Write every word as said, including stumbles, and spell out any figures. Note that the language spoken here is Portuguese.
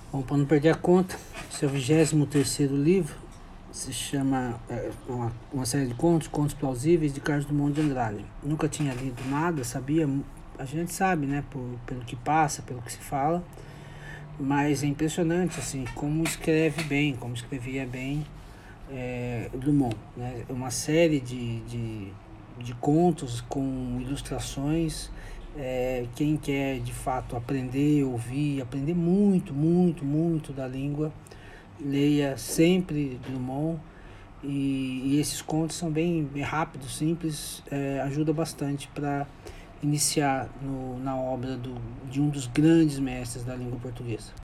Bom, para não perder a conta, esse é o vigésimo terceiro livro, se chama é, uma, uma série de contos, Contos Plausíveis, de Carlos Drummond de Andrade. Nunca tinha lido nada, sabia, a gente sabe, né, por, pelo que passa, pelo que se fala, mas é impressionante, assim, como escreve bem, como escrevia bem é, Drummond, né, é uma série de, de, de contos com ilustrações. É, quem quer de fato aprender, ouvir, aprender muito, muito, muito da língua, leia sempre Drummond. E, e esses contos são bem, bem rápidos, simples, é, ajuda bastante para iniciar no, na obra do, de um dos grandes mestres da língua portuguesa.